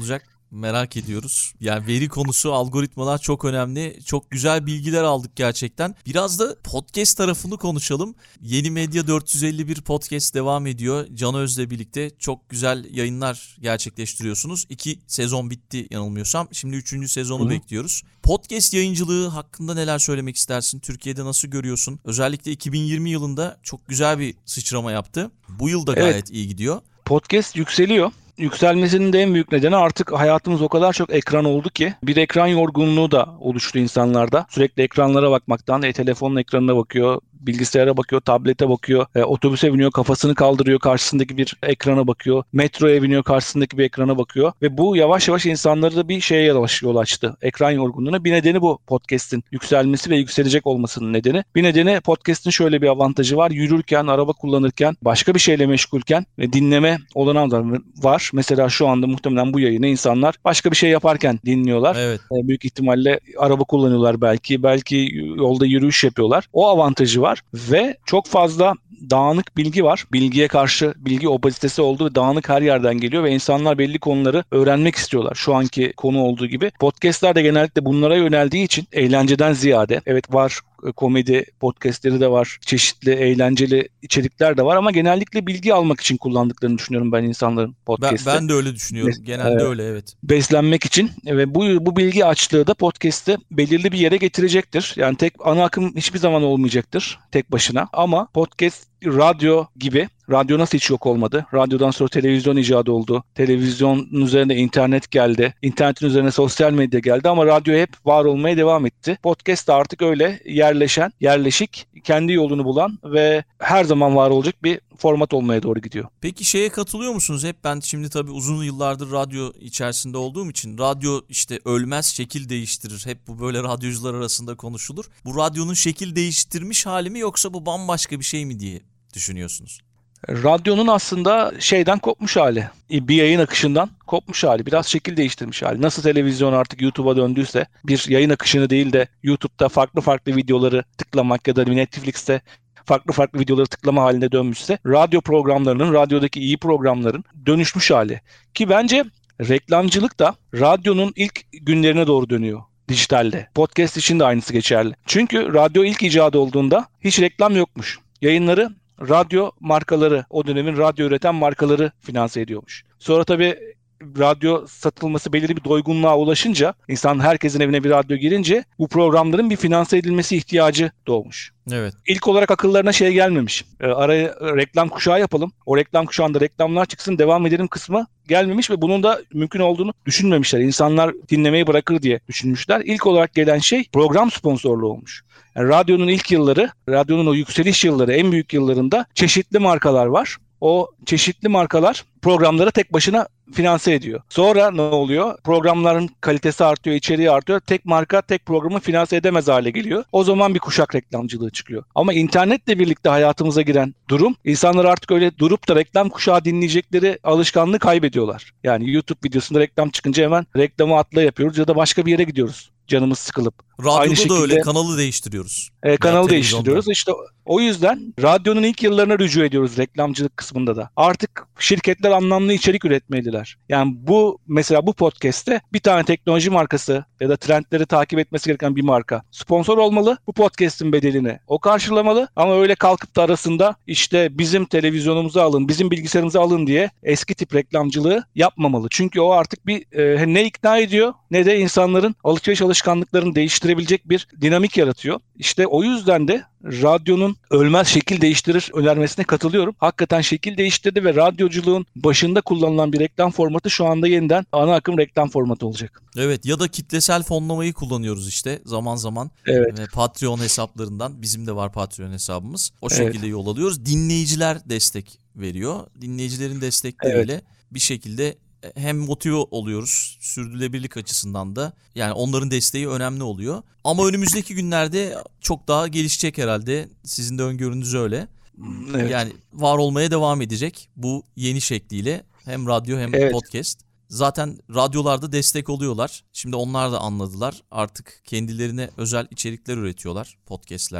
Merak ediyoruz. Yani veri konusu, algoritmalar çok önemli. Çok güzel bilgiler aldık gerçekten. Biraz da podcast tarafını konuşalım. Yeni Medya dört yüz elli bir podcast devam ediyor. Can Öz'le birlikte çok güzel yayınlar gerçekleştiriyorsunuz. İki sezon bitti yanılmıyorsam. Şimdi üçüncü sezonu Hı-hı. bekliyoruz. Podcast yayıncılığı hakkında neler söylemek istersin? Türkiye'de nasıl görüyorsun? Özellikle iki bin yirmi yılında çok güzel bir sıçrama yaptı. Bu yıl da gayet evet. iyi gidiyor. Podcast yükseliyor. Yükselmesinin de en büyük nedeni artık hayatımız o kadar çok ekran oldu ki bir ekran yorgunluğu da oluştu insanlarda. Sürekli ekranlara bakmaktan, e, telefonun ekranına bakıyor, bilgisayara bakıyor, tablete bakıyor, e, otobüse biniyor, kafasını kaldırıyor, karşısındaki bir ekrana bakıyor, metroya biniyor, karşısındaki bir ekrana bakıyor ve bu yavaş yavaş insanları da bir şeye yavaş yol açtı. Ekran yorgunluğuna. Bir nedeni bu podcast'in yükselmesi ve yükselecek olmasının nedeni. Bir nedeni podcast'in şöyle bir avantajı var. Yürürken, araba kullanırken, başka bir şeyle meşgulken ve dinleme olanağı da var. Mesela şu anda muhtemelen bu yayını insanlar başka bir şey yaparken dinliyorlar. Evet. E, büyük ihtimalle araba kullanıyorlar belki, belki yolda yürüyüş yapıyorlar. O avantajı var ve çok fazla dağınık bilgi var. Bilgiye karşı bilgi obezitesi oldu ve dağınık her yerden geliyor ve insanlar belli konuları öğrenmek istiyorlar. Şu anki konu olduğu gibi. Podcast'ler de genellikle bunlara yöneldiği için eğlenceden ziyade, evet var komedi podcastleri de var, çeşitli eğlenceli içerikler de var ama genellikle bilgi almak için kullandıklarını düşünüyorum ben insanların podcast'ı. Ben, ben de öyle düşünüyorum. Bes- Genelde e, öyle evet. Beslenmek için ve bu bu bilgi açlığı da podcast'ı belirli bir yere getirecektir. Yani tek ana akım hiçbir zaman olmayacaktır tek başına ama podcast radyo gibi. Radyo nasıl hiç yok olmadı? Radyodan sonra televizyon icadı oldu. Televizyonun üzerine internet geldi. İnternetin üzerine sosyal medya geldi ama radyo hep var olmaya devam etti. Podcast da artık öyle yerleşen, yerleşik, kendi yolunu bulan ve her zaman var olacak bir format olmaya doğru gidiyor. Peki şeye katılıyor musunuz? Hep ben şimdi tabii uzun yıllardır radyo içerisinde olduğum için radyo işte ölmez, şekil değiştirir. Hep bu böyle radyocular arasında konuşulur. Bu radyonun şekil değiştirmiş hali mi yoksa bu bambaşka bir şey mi diye düşünüyorsunuz? Radyonun aslında şeyden kopmuş hali, bir yayın akışından kopmuş hali, biraz şekil değiştirmiş hali. Nasıl televizyon artık YouTube'a döndüyse bir yayın akışını değil de YouTube'da farklı farklı videoları tıklamak ya da Netflix'te farklı farklı videoları tıklama haline dönmüşse radyo programlarının, radyodaki iyi programların dönüşmüş hali. Ki bence reklamcılık da radyonun ilk günlerine doğru dönüyor. Dijitalde. Podcast için de aynısı geçerli. Çünkü radyo ilk icat olduğunda hiç reklam yokmuş. Yayınları radyo markaları, o dönemin radyo üreten markaları finanse ediyormuş. Sonra tabii radyo satılması belirli bir doygunluğa ulaşınca, insan herkesin evine bir radyo girince bu programların bir finanse edilmesi ihtiyacı doğmuş. Evet. İlk olarak akıllarına şey gelmemiş. E, araya reklam kuşağı yapalım. O reklam kuşağında reklamlar çıksın, devam edelim kısmı gelmemiş ve bunun da mümkün olduğunu düşünmemişler. İnsanlar dinlemeyi bırakır diye düşünmüşler. İlk olarak gelen şey program sponsorluğu olmuş. Yani radyonun ilk yılları, radyonun o yükseliş yılları, en büyük yıllarında çeşitli markalar var. O çeşitli markalar programları tek başına finanse ediyor. Sonra ne oluyor? Programların kalitesi artıyor, içeriği artıyor. Tek marka tek programı finanse edemez hale geliyor. O zaman bir kuşak reklamcılığı çıkıyor. Ama internetle birlikte hayatımıza giren durum, insanlar artık öyle durup da reklam kuşağı dinleyecekleri alışkanlığı kaybediyorlar. Yani YouTube videosunda reklam çıkınca hemen reklamı atla yapıyoruz ya da başka bir yere gidiyoruz. Canımız sıkılıp. Radyoda Aynı şekilde, da öyle, kanalı değiştiriyoruz. E, kanalı değiştiriyoruz. İşte o yüzden radyonun ilk yıllarına rücu ediyoruz reklamcılık kısmında da. Artık şirketler anlamlı içerik üretmeliler. Yani bu mesela bu podcast'te bir tane teknoloji markası ya da trendleri takip etmesi gereken bir marka sponsor olmalı. Bu podcast'in bedelini o karşılamalı ama öyle kalkıp da arasında işte bizim televizyonumuzu alın, bizim bilgisayarımızı alın diye eski tip reklamcılığı yapmamalı. Çünkü o artık bir e, ne ikna ediyor ne de insanların alışveriş alışkanlıklarını değiştirebilecek bir dinamik yaratıyor. İşte o yüzden de radyonun ölmez, şekil değiştirir önermesine katılıyorum. Hakikaten şekil değiştirdi ve radyoculuğun başında kullanılan bir reklam formatı şu anda yeniden ana akım reklam formatı olacak. Evet, ya da kitlesel fonlamayı kullanıyoruz işte zaman zaman. Evet. Ve Patreon hesaplarından, bizim de var Patreon hesabımız. O şekilde evet. yol alıyoruz. Dinleyiciler destek veriyor. Dinleyicilerin destekleriyle evet. bir şekilde hem motive oluyoruz sürdürülebilirlik açısından da, yani onların desteği önemli oluyor. Ama önümüzdeki günlerde çok daha gelişecek herhalde. Sizin de öngörünüz öyle. Evet. Yani var olmaya devam edecek bu yeni şekliyle, hem radyo hem evet. podcast. Zaten radyolarda destek oluyorlar. Şimdi onlar da anladılar. Artık kendilerine özel içerikler üretiyorlar podcastlerde.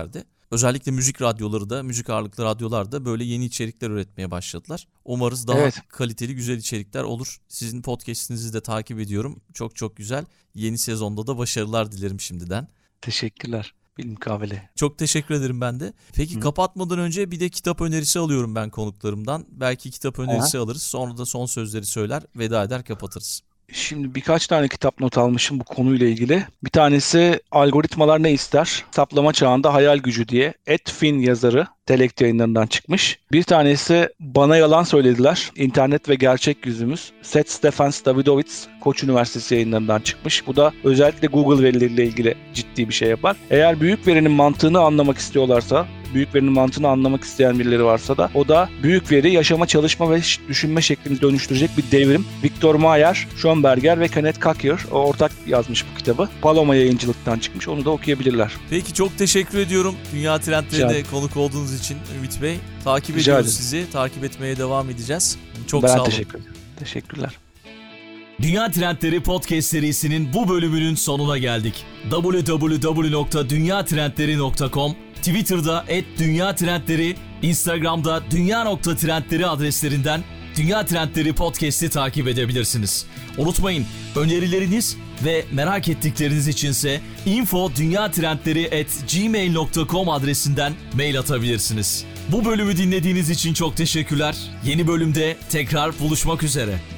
Özellikle müzik radyoları da, müzik ağırlıklı radyolar da böyle yeni içerikler üretmeye başladılar. Umarız daha Evet. kaliteli, güzel içerikler olur. Sizin podcast'inizi de takip ediyorum. Çok çok güzel. Yeni sezonda da başarılar dilerim şimdiden. Teşekkürler. Bilmukabele. Çok teşekkür ederim ben de. Peki Hı. kapatmadan önce bir de kitap önerisi alıyorum ben konuklarımdan. Belki kitap önerisi alırız. Sonra da son sözleri söyler, veda eder, kapatırız. Şimdi birkaç tane kitap not almışım bu konuyla ilgili. Bir tanesi Algoritmalar Ne İster? Saplama Çağında Hayal Gücü diye. Ed Finn yazarı. Telekt yayınlarından çıkmış. Bir tanesi Bana Yalan Söylediler. İnternet ve Gerçek Yüzümüz. Seth Stephens Davidovitz Koç Üniversitesi yayınlarından çıkmış. Bu da özellikle Google verileriyle ilgili ciddi bir şey yapar. Eğer büyük verinin mantığını anlamak istiyorlarsa, büyük verinin mantığını anlamak isteyen birileri varsa da o da büyük veri yaşama, çalışma ve düşünme şeklimizi dönüştürecek bir devrim. Victor Mayer, Schönberger ve Kenneth Cocker ortak yazmış bu kitabı. Paloma Yayıncılık'tan çıkmış. Onu da okuyabilirler. Peki çok teşekkür ediyorum. Dünya Trendleri'ne konuk olduğunuz için Ümit Bey. Takip Rica ediyoruz ederim. sizi. Takip etmeye devam edeceğiz. Çok ben sağ olun. teşekkür ederim. Teşekkürler. Dünya Trendleri Podcast serisinin bu bölümünün sonuna geldik. double-u double-u double-u nokta dünya trendleri nokta com, Twitter'da et dünya trendleri, Instagram'da dünya nokta trendleri adreslerinden Dünya Trendleri Podcast'i takip edebilirsiniz. Unutmayın, önerileriniz ve merak ettikleriniz içinse info dünya trendleri at gmail nokta com adresinden mail atabilirsiniz. Bu bölümü dinlediğiniz için çok teşekkürler. Yeni bölümde tekrar buluşmak üzere.